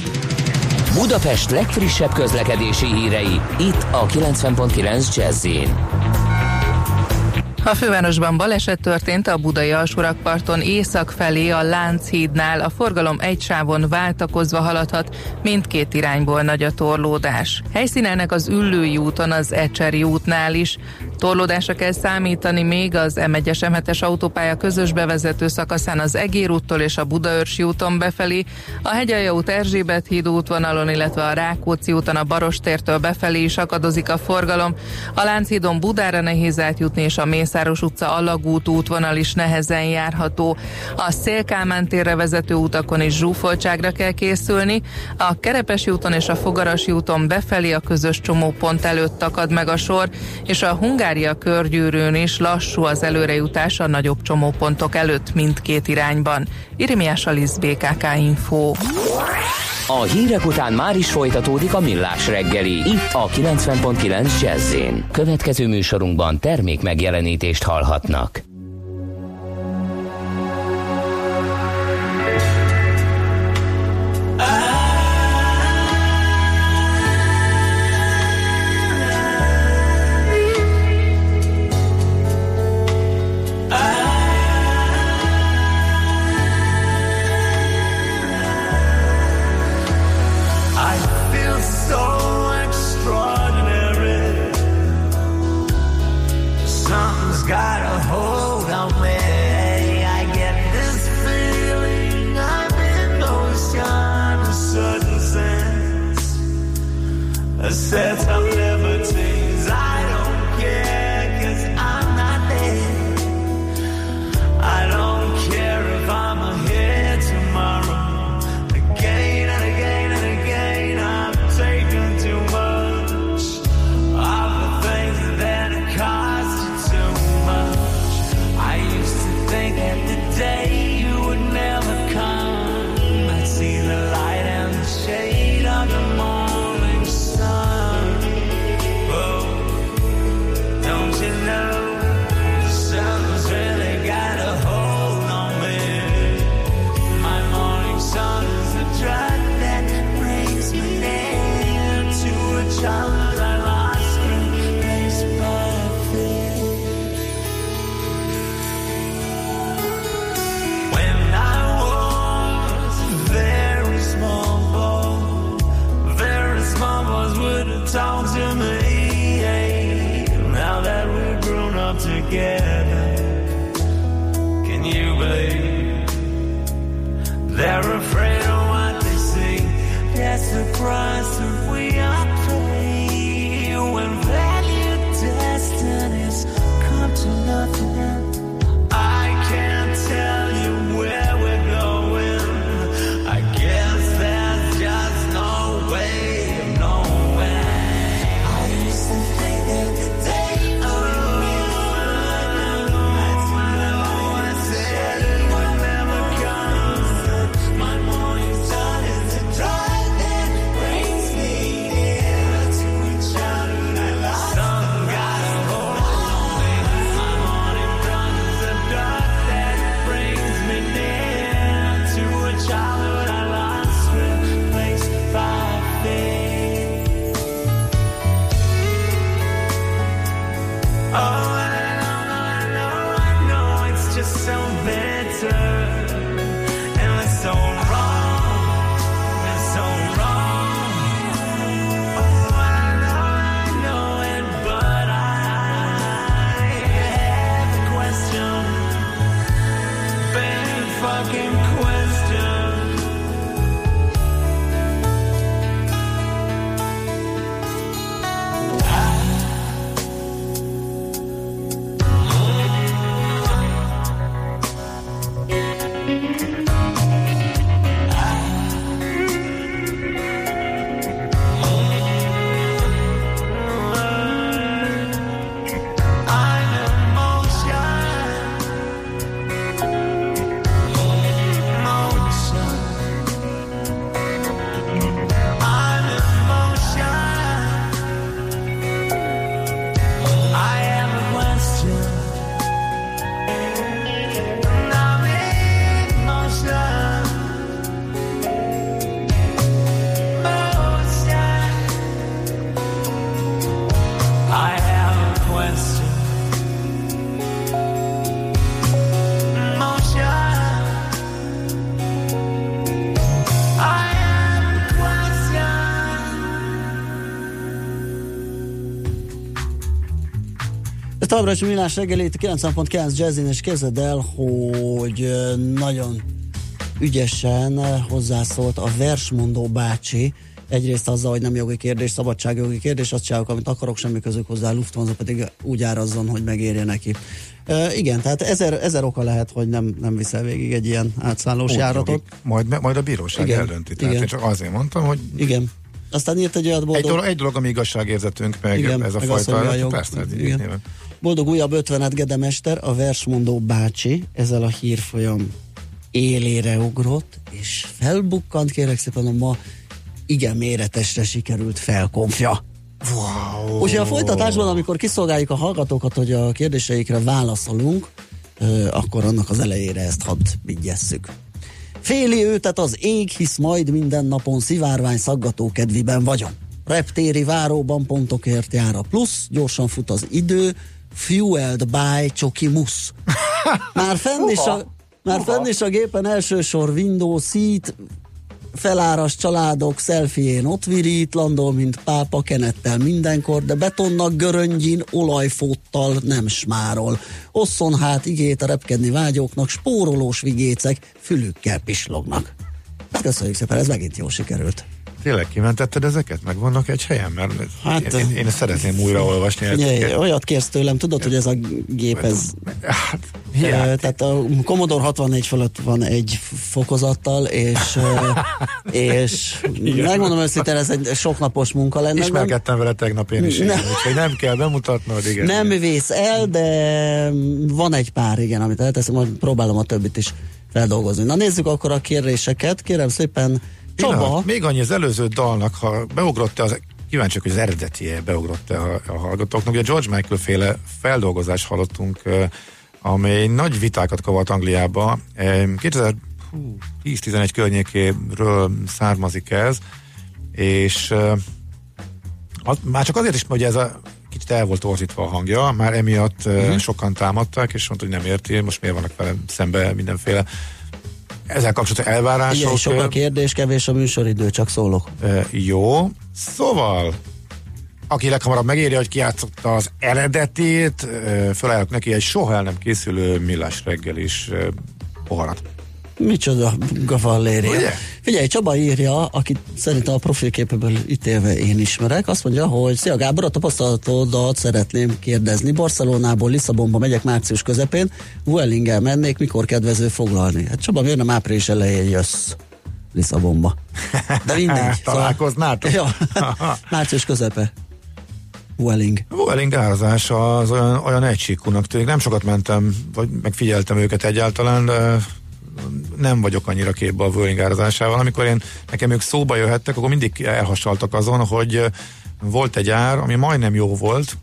Budapest legfrissebb közlekedési hírei, itt a kilencven pont kilenc Jazz-in. A fővárosban baleset történt a budai alsórakparton észak felé a Lánchídnál. A forgalom egy sávon váltakozva haladhat, mindkét irányból nagy a torlódás. Helyszínelnek az Üllői úton, az Ecseri útnál is. Torlódásra kell számítani még az em egyes em hetes autópálya közös bevezető szakaszán az Egér úttól és a Budaörsi úton befelé, a Hegyalja út Erzsébet híd útvonalon, illetve a Rákóczi úton a Barostértől befelé is akadozik a forgalom. A Lánchídon Budára nehéz átjutni, és a Mészáros utca Alagút útvonal is nehezen járható. A Széll-Kálmán térre vezető utakon is zsúfoltságra kell készülni. A Kerepesi úton és a Fogarasi úton befelé a közös csomópont előtt akad meg a sor, és a Hungária körgyűrűn is lassú az előrejutás a nagyobb csomópontok előtt mindkét irányban. Irimiás Alisz, bé ká ká Info. A hírek után már is folytatódik a Millás reggeli, itt a kilencven pont kilenc Jazz-én. Következő műsorunkban termék megjelenítést hallhatnak. Set of liberties, I don't care, 'cause I'm not there. továbbra is a Millás reggeli, itt kilencven pont kilenc Jazzin, és képzeld el, hogy nagyon ügyesen hozzászólt a versmondó bácsi, egyrészt azzal, hogy nem jogi kérdés, szabadságjogi kérdés, azt csinálok, amit akarok, semmi közük hozzá, Lufthansa pedig úgy árazzon, hogy megérje neki. Uh, igen, tehát ezer, ezer oka lehet, hogy nem, nem viszel végig egy ilyen átszállós járatot. Majd, majd a bíróság igen, eldönti. Tehát igen. Én csak azért mondtam, hogy... Igen. Aztán írt egy olyat boldog... Egy dolog, egy dolog ami igazságérzetünk, meg igen, ez a meg fajta... Az, jog... Persze, igen. Boldog újabb ötvenet Gedemester, a versmondó bácsi ezzel a hírfolyam élére ugrott, és felbukkant, kérlek szépen, a ma igen méretesre sikerült felkonfja. Wow. Úgyhogy a folytatásban, amikor kiszolgáljuk a hallgatókat, hogy a kérdéseikre válaszolunk, akkor annak az elejére ezt hadd vigyesszük. Féli őtet az ég, hisz majd minden napon szivárvány szaggató kedviben vagyok. Reptéri váróban pontokért jár a plusz, gyorsan fut az idő, fueled by csoki musz. Már fenn is a, már fenn is a gépen elsősor Windows Seat, feláras családok szelfién ott virít, landol, mint pápa kenettel mindenkor, de betonnak göröngyin, olajfóttal nem smárol. Osszon hát igét a repkedni vágyóknak, spórolós vigécek fülükkel pislognak. Hát köszönjük szépen, ez megint jól sikerült. Tényleg kimentetted ezeket? Meg vannak egy helyen? Mert hát, én, én szeretném újraolvasni. Figyelj, olyat kérsz tőlem, tudod, hogy ez a gép, ez... Hát, e, tehát a Commodore hatvannégy fölött van egy fokozattal, és, és megmondom őszintén, ez egy soknapos munka lenne. Ismerkedtem vele tegnap én is, nem, úgyhogy nem kell bemutatnod, igen. Nem vész el, de van egy pár, igen, amit elteszem, majd próbálom a többit is feldolgozni. Na nézzük akkor a kérdéseket, kérem szépen. Csaba. Még annyi az előző dalnak, ha beugrott-e, az, kíváncsiak, hogy az eredetie beugrott-e a, a hallgatóknak. Ugye George Michael féle feldolgozást hallottunk, amely nagy vitákat kavart Angliába. kétezer-tíz-tizenegy környékéről származik ez, és az, már csak azért is, hogy ez a kicsit el volt torzítva a hangja, már emiatt mm-hmm. sokan támadták, és mondta, hogy nem érti, most miért vannak vele szembe mindenféle ezzel kapcsolatban elvárások. Igen, sok a kérdés, kevés a műsoridő, csak szólok. E, jó, szóval aki leghamarabb megérje, hogy kijátszotta az eredetét, e, felajánlok neki egy soha el nem készülő Millás reggelis e, poharat. Micsoda gavalléria. Ugye? Figyelj, Csaba írja, akit szerintem a profilképéből ítélve én ismerek, azt mondja, hogy szia Gábor, a tapasztalatodat szeretném kérdezni. Barcelonából Lisszabonba megyek március közepén, Vuelinggel mennék, mikor kedvező foglalni? Hát Csaba, miért nem április elején jössz Lisszabonba? De mindegy. Találkoznátok? Ja, március közepe. Vueling. Vueling árazás az olyan, olyan egysíkúnak tűnik. Nem sokat mentem, vagy megfigyeltem őket egyáltalán, de nem vagyok annyira képbe a Vueling árazásával. Amikor én, nekem ők szóba jöhettek, akkor mindig elhasaltak azon, hogy volt egy ár, ami majdnem jó volt,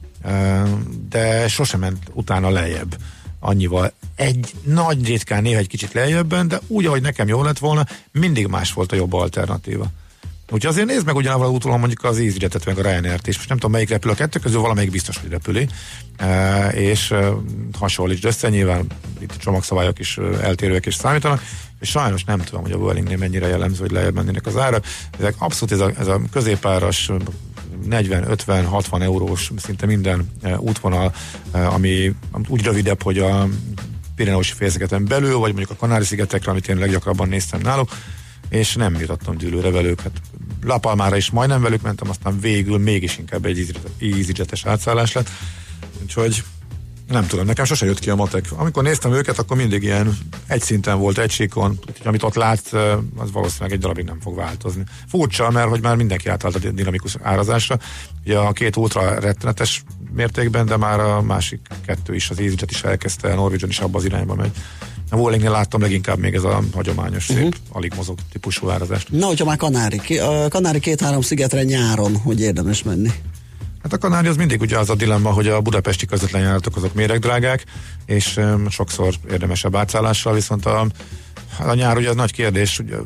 de sosem ment utána lejjebb annyival. Egy nagy ritkán néha egy kicsit lejjebben, de úgy, ahogy nekem jó lett volna, mindig más volt a jobb alternatíva. Úgyhogy azért nézd meg ugyanával a úton mondjuk az EasyJet-et meg a Ryanair-t, és most nem tudom melyik repül a kettő közül, valamelyik biztos, hogy repüli, e, és e, hasonlítsd össze, nyilván itt a csomagszabályok is e, eltérőek és számítanak, és sajnos nem tudom, hogy a Vuelingnél mennyire jellemző, hogy lejjebb mennének az ára. Ezek abszolút ez a, ez a középáras negyven, ötven, hatvan eurós szinte minden e, útvonal, e, ami úgy rövidebb, hogy a Pireneusi félszigeten belül, vagy mondjuk a Kanári-szigetekre, amit én leggyakrabban néztem náluk, és nem jutottam dűlőre velük. Hát La Palmára is majdnem velük mentem, aztán végül mégis inkább egy EasyJet-es átszállás lett. Úgyhogy nem tudom, nekem sose jött ki a matek. Amikor néztem őket, akkor mindig ilyen egy szinten volt, egy síkon, úgyhogy amit ott látsz, az valószínűleg egy darabig nem fog változni. Furcsa, mert hogy már mindenki átállt a dinamikus árazásra. Ugye a két ultra rettenetes mértékben, de már a másik kettő is, az EasyJet is elkezdte, a Norwegian is abba az irányba megy. A Vuelingnél láttam leginkább még ez a hagyományos, szép, uh-huh. alig mozog típusú árazást. Na, hogyha már Kanári, a Kanári két-három szigetre nyáron, hogy érdemes menni? Hát a Kanári az mindig ugye az a dilemma, hogy a budapesti közvetlen járatok azok méregdrágák, és um, sokszor érdemesebb átszállással, viszont a, a nyár ugye az nagy kérdés, ugye,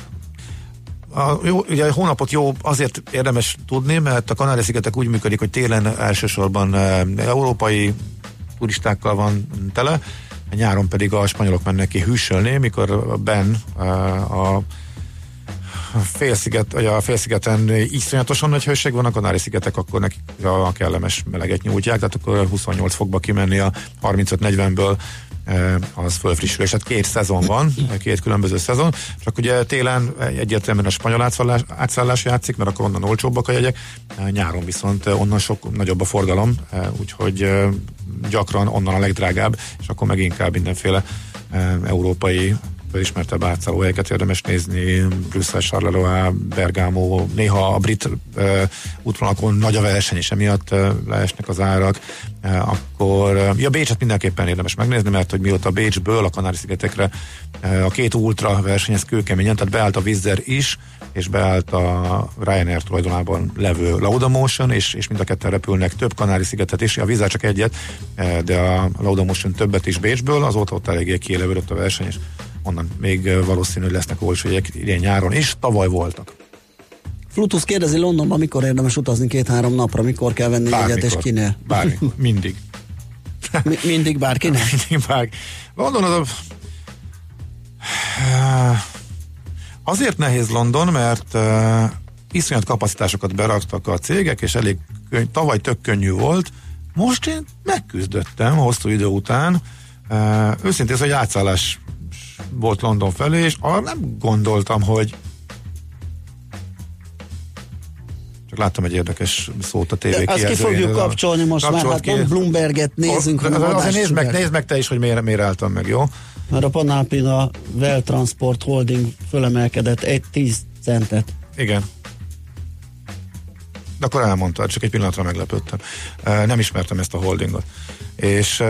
a, jó, ugye a hónapot jó azért érdemes tudni, mert a Kanári-szigetek úgy működik, hogy télen elsősorban um, európai turistákkal van tele, a nyáron pedig a spanyolok mennek ki hűsölni, mikor Ben a, a félsziget, vagy a félszigeten iszonyatosan nagy hőség van, a Kanári-szigetek akkor nekik a kellemes meleget nyújtják, tehát akkor huszonnyolc fokba kimenni a harmincöt-negyvenből az fölfrissül, és hát két szezon van, két különböző szezon, csak ugye télen egyértelműen a spanyol átszállás, átszállás játszik, mert akkor onnan olcsóbbak a jegyek, nyáron viszont onnan sok nagyobb a forgalom, úgyhogy gyakran onnan a legdrágább, és akkor meg inkább mindenféle európai ismertebb átszállóhelyeket érdemes nézni, Brüsszel, Charleroi, Bergamo, néha a brit uh, útvonalakon nagy a verseny, és emiatt uh, leesnek az árak, uh, akkor uh, ja, Bécset mindenképpen érdemes megnézni, mert hogy mióta Bécsből a Kanári-szigetekre uh, a két ultra versenyez kőkeményen, tehát beállt a Wizz Air is, és beállt a Ryanair tulajdonában levő Laudamotion, és, és mind a ketten repülnek több Kanári-szigetet is, a Wizz Air csak egyet, uh, de a Laudamotion többet is Bécsből, azóta ott eléggé kiélevődött a verseny, és onnan még valószínű, hogy lesznek olcsó jegyek idén nyáron, és tavaly voltak. Flutus kérdezi, Londonban mikor érdemes utazni két-három napra, mikor kell venni jegyet, és kinél? Bármikor, mindig. Mi, mindig bárkinek? Mindig bár. London az a... Azért nehéz London, mert uh, iszonyat kapacitásokat beraktak a cégek, és elég könny, tavaly tök könnyű volt. Most én megküzdöttem hosszú idő után. Uh, őszintén ez egy átszállás volt London felé, és arra nem gondoltam, hogy csak láttam egy érdekes szót a té vé kijelzőjén. Ezt ki fogjuk kapcsolni most már, hát pont Bloomberget nézünk. Az, azért nézd meg, nézd meg te is, hogy miért, miért álltam meg, jó? Mert a Panalpina Well Transport Holding fölemelkedett egy tíz centet. Igen. De akkor elmondtad, csak egy pillanatra meglepődtem. Nem ismertem ezt a holdingot. És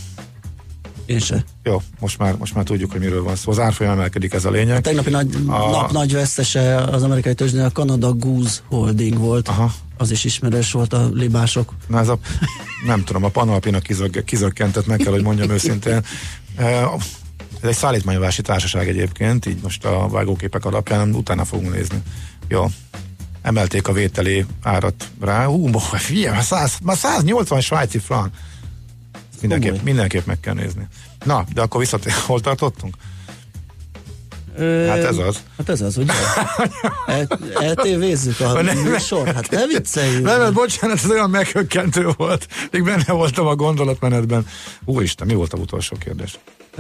én se. Jó, most már, most már tudjuk, hogy miről van szó. Az árfolyam emelkedik, ez a lényeg. A tegnapi nagy, a... nap nagy vesztese az amerikai tőzsdén a Canada Goose Holding volt. Aha. Az is ismerős volt a libások. Na ez a, nem tudom, a Panalpina kizög, kizökkentett, meg kell, hogy mondjam őszintén. Ez egy szállítmányozási társaság egyébként, így most a vágóképek alapján utána fogunk nézni. Jó. Emelték a vételi árat rá. Hú, figyelj, már száznyolcvan svájci frank. Mindenképp, mindenképp meg kell nézni. Na, de akkor visszatér, hol tartottunk? Ö, hát ez az. Hát ez az, ugye? El, eltévézzük a műsor? Hát ne vicceljünk. Nem, nem, bocsánat, ez olyan meghökkentő volt. Még benne voltam a gondolatmenetben. Úristen, mi volt a utolsó kérdés?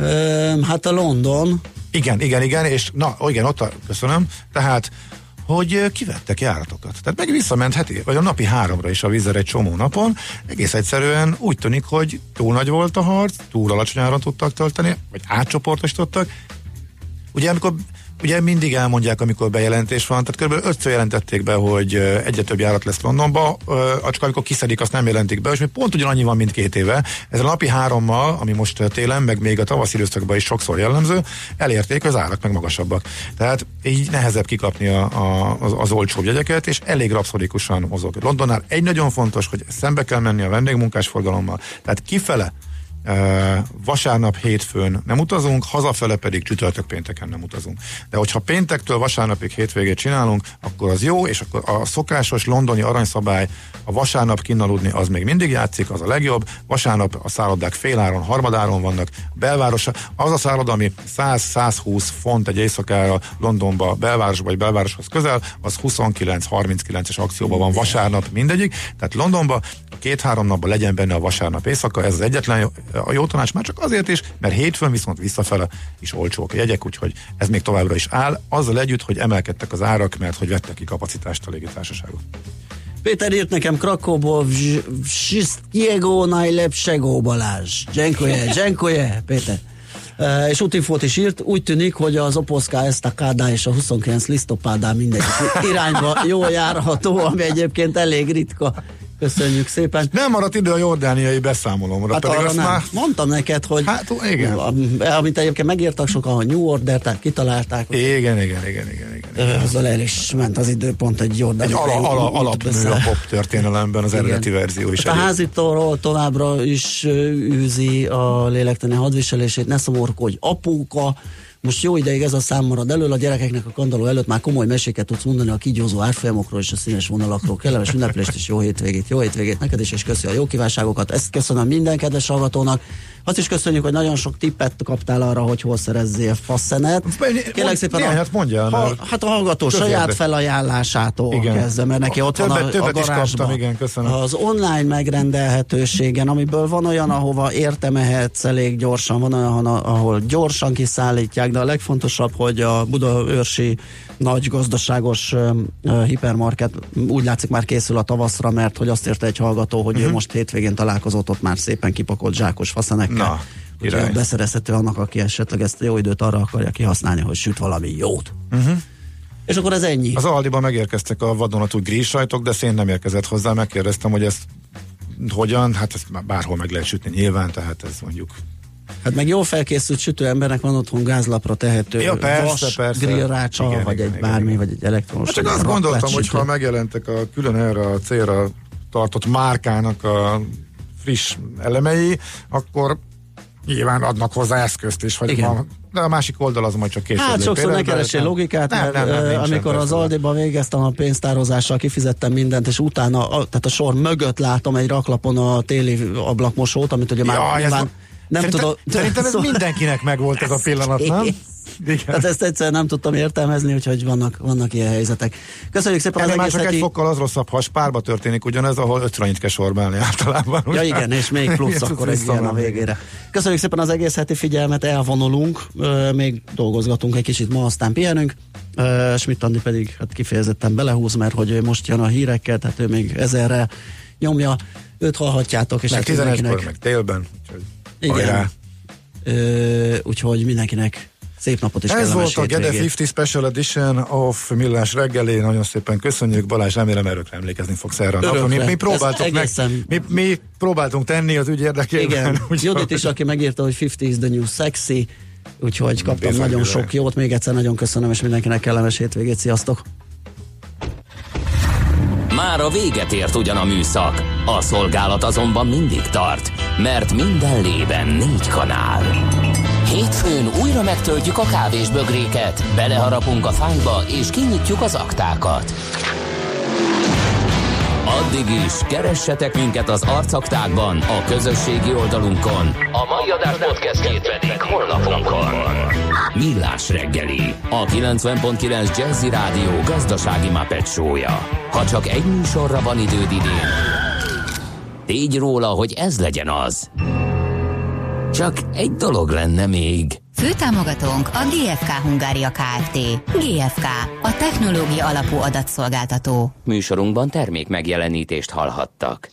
Ö, hát a London. Igen, igen, igen, és na, igen, ott a, köszönöm. Tehát hogy kivettek járatokat. Tehát meg visszament heti, vagy a napi háromra is a Wizz Air egy csomó napon, egész egyszerűen úgy tűnik, hogy túl nagy volt a harc, túl alacsony áron tudtak tölteni, vagy átcsoportosítottak. Ugye amikor ugye mindig elmondják, amikor bejelentés van, tehát kb. ötször jelentették be, hogy egyre több járat lesz Londonba, csak amikor kiszedik, azt nem jelentik be, és még pont ugyanannyi van, mint két éve. Ezzel a napi hárommal, ami most télen, meg még a tavaszi időszakban is sokszor jellemző, elérték, az árak meg magasabbak. Tehát így nehezebb kikapni a, a, az, az olcsóbb jegyeket, és elég rapszodikusan mozog. Londonnál egy nagyon fontos, hogy szembe kell menni a vendégmunkás forgalommal, tehát kifele Uh, vasárnap, hétfőn nem utazunk, hazafele pedig csütörtök, pénteken nem utazunk. De hogyha péntektől vasárnapig hétvégét csinálunk, akkor az jó, és akkor a szokásos londoni aranyszabály, a vasárnap kinnaludni az még mindig játszik, az a legjobb. Vasárnap a szállodák féláron, harmadáron vannak, belvárosa, az a szálloda, ami száz-százhúsz font egy éjszakára Londonba, belvárosba vagy belvároshoz közel, az huszonkilenc harminckilences akcióban van vasárnap mindegyik, tehát Londonba két-három napban legyen benne a vasárnap éjszaka, ez az egyetlen a jó tanács, már csak azért is, mert hétfőn viszont visszafele is olcsók a jegyek, úgyhogy ez még továbbra is áll, azzal együtt, hogy emelkedtek az árak, mert hogy vettek ki kapacitást a légitársaságok. Péter írt nekem Krakóból, wszystkiego najlepszego, Balázs. Dziękuję, dziękuję, Péter. Uh, és útinfót is írt, úgy tűnik, hogy az Oposzka Esztakáda és a huszonkilenc Lisztopádán mindegyik irányba jól járható, ami egyébként elég ritka. Köszönjük szépen. Nem maradt idő a jordániai beszámolómra. Hát arra nem. Már... Mondtam neked, hogy hát, igen. amit egyébként megírtak sokan, hogy New Order, tehát kitalálták. Igen, igen, igen, igen, igen, igen. Azzal el is ment az időpont egy jordániai. Egy ala, ala, alapnő a pop történelemben, az eredeti verzió is. Hát a házítóról továbbra is űzi a lélektani hadviselését, ne szomorkodj, apóka, Most jó ideig ez a szám marad elől, a gyerekeknek a kandalló előtt már komoly meséket tudsz mondani a kígyózó árfolyamokról és a színes vonalakról. Kellemes ünneplést és jó hétvégét, jó hétvégét neked is, és köszi a jó kívánságokat. Ezt köszönöm minden kedves hallgatónak. Azt is köszönjük, hogy nagyon sok tippet kaptál arra, hogy hol szerezzél faszenet. Kérlek szépen, a, mondjál, ha, hát a hallgató saját felajánlásától igen. kezdve, mert neki ott van a, a garázsban. Igen, az online megrendelhetőségen, amiből van olyan, ahova értemehetsz elég gyorsan, van olyan, ahol gyorsan kiszállítják, de a legfontosabb, hogy a budaörsi nagy gazdaságos uh, hipermarket úgy látszik már készül a tavaszra, mert hogy azt érte egy hallgató, hogy uh-huh. ő most hétvégén találkozott ott már szépen kipakolt zsákos faszenekkel. Na, úgyhogy beszerezhető annak, aki esetleg ezt a jó időt arra akarja kihasználni, hogy süt valami jót. Uh-huh. És akkor ez ennyi. Az Aldiban megérkeztek a vadonatúj grillsajtok, de szén nem érkezett hozzá, megkérdeztem, hogy ezt hogyan, hát ezt már bárhol meg lehet sütni nyilván, tehát ez mondjuk. Hát meg jól felkészült sütő embernek van otthon gázlapra tehető ja, persze, vas, persze. grillrácsa, igen, vagy igen, egy igen, bármi, igen. vagy egy elektromos. Hát csak azt gondoltam, hogy ha megjelentek a külön erre a célra tartott márkának a friss elemei, akkor nyilván adnak hozzá eszközt is, vagy ma, de a másik oldal az majd csak később. Hát sokszor ne keressél logikát, nem, mert nem, nem, nem, amikor az Aldiban végeztem a pénztározással, kifizettem mindent, és utána, a, tehát a sor mögött látom egy raklapon a téli ablakmosót, amit ugye már ja, nyilván nem szerintem, tudom. Szerintem ez mindenkinek megvolt ez a pillanat, nem? Hát ezt egyszer nem tudtam értelmezni, úgyhogy vannak, vannak ilyen helyzetek. Köszönjük szépen. Ennél az egész már csak heti... egy fokkal az rosszabb, ha spárba történik ugyanez, ahol öt annyit kell sorbálni általában. Ja igen, és még plusz akkor egy ilyen a végére. Köszönjük szépen az egész heti figyelmet, elvonulunk, még dolgozgatunk egy kicsit ma, aztán pihenünk. Schmidt Andi pedig hát kifejezetten belehúz, mert hogy most jön a hírekkel, tehát ő még ezerre nyomja. Őt hallhatjátok, és meg hát mindenkinek... meg télben. Úgyhogy igen. Ö, úgyhogy mindenkinek szép napot és kellemes hétvégét. Ez volt a Gede ötven Special Edition of Millás reggeli. Nagyon szépen köszönjük. Balázs, remélem örökre emlékezni fogsz erre a napra. Mi, mi, próbáltuk meg, mi, mi próbáltunk tenni az ügy érdekében. Igen, Judit is, aki megírta, hogy ötven is the new sexy, úgyhogy kaptam bizony, nagyon bizony. sok jót. Még egyszer nagyon köszönöm, és mindenkinek kellemes hétvégét. Sziasztok! Már a véget ért ugyan a műszak, a szolgálat azonban mindig tart, mert minden lében négy kanál. Hétfőn újra megtöltjük a kávésbögréket, beleharapunk a fányba és kinyitjuk az aktákat. Addig is keressetek minket az arcaktákban, a közösségi oldalunkon. A mai adás podcastjét pedig honlapunkon. Millás reggeli, a kilencven pont kilenc Jazzy Rádió gazdasági Muppet show-ja. Ha csak egy műsorra van időd idén, tégy róla, hogy ez legyen az. Csak egy dolog lenne még. Főtámogatónk a gé ef ká Hungária Kft. gé ef ká, a technológia alapú adatszolgáltató. Műsorunkban termék megjelenítést hallhattak.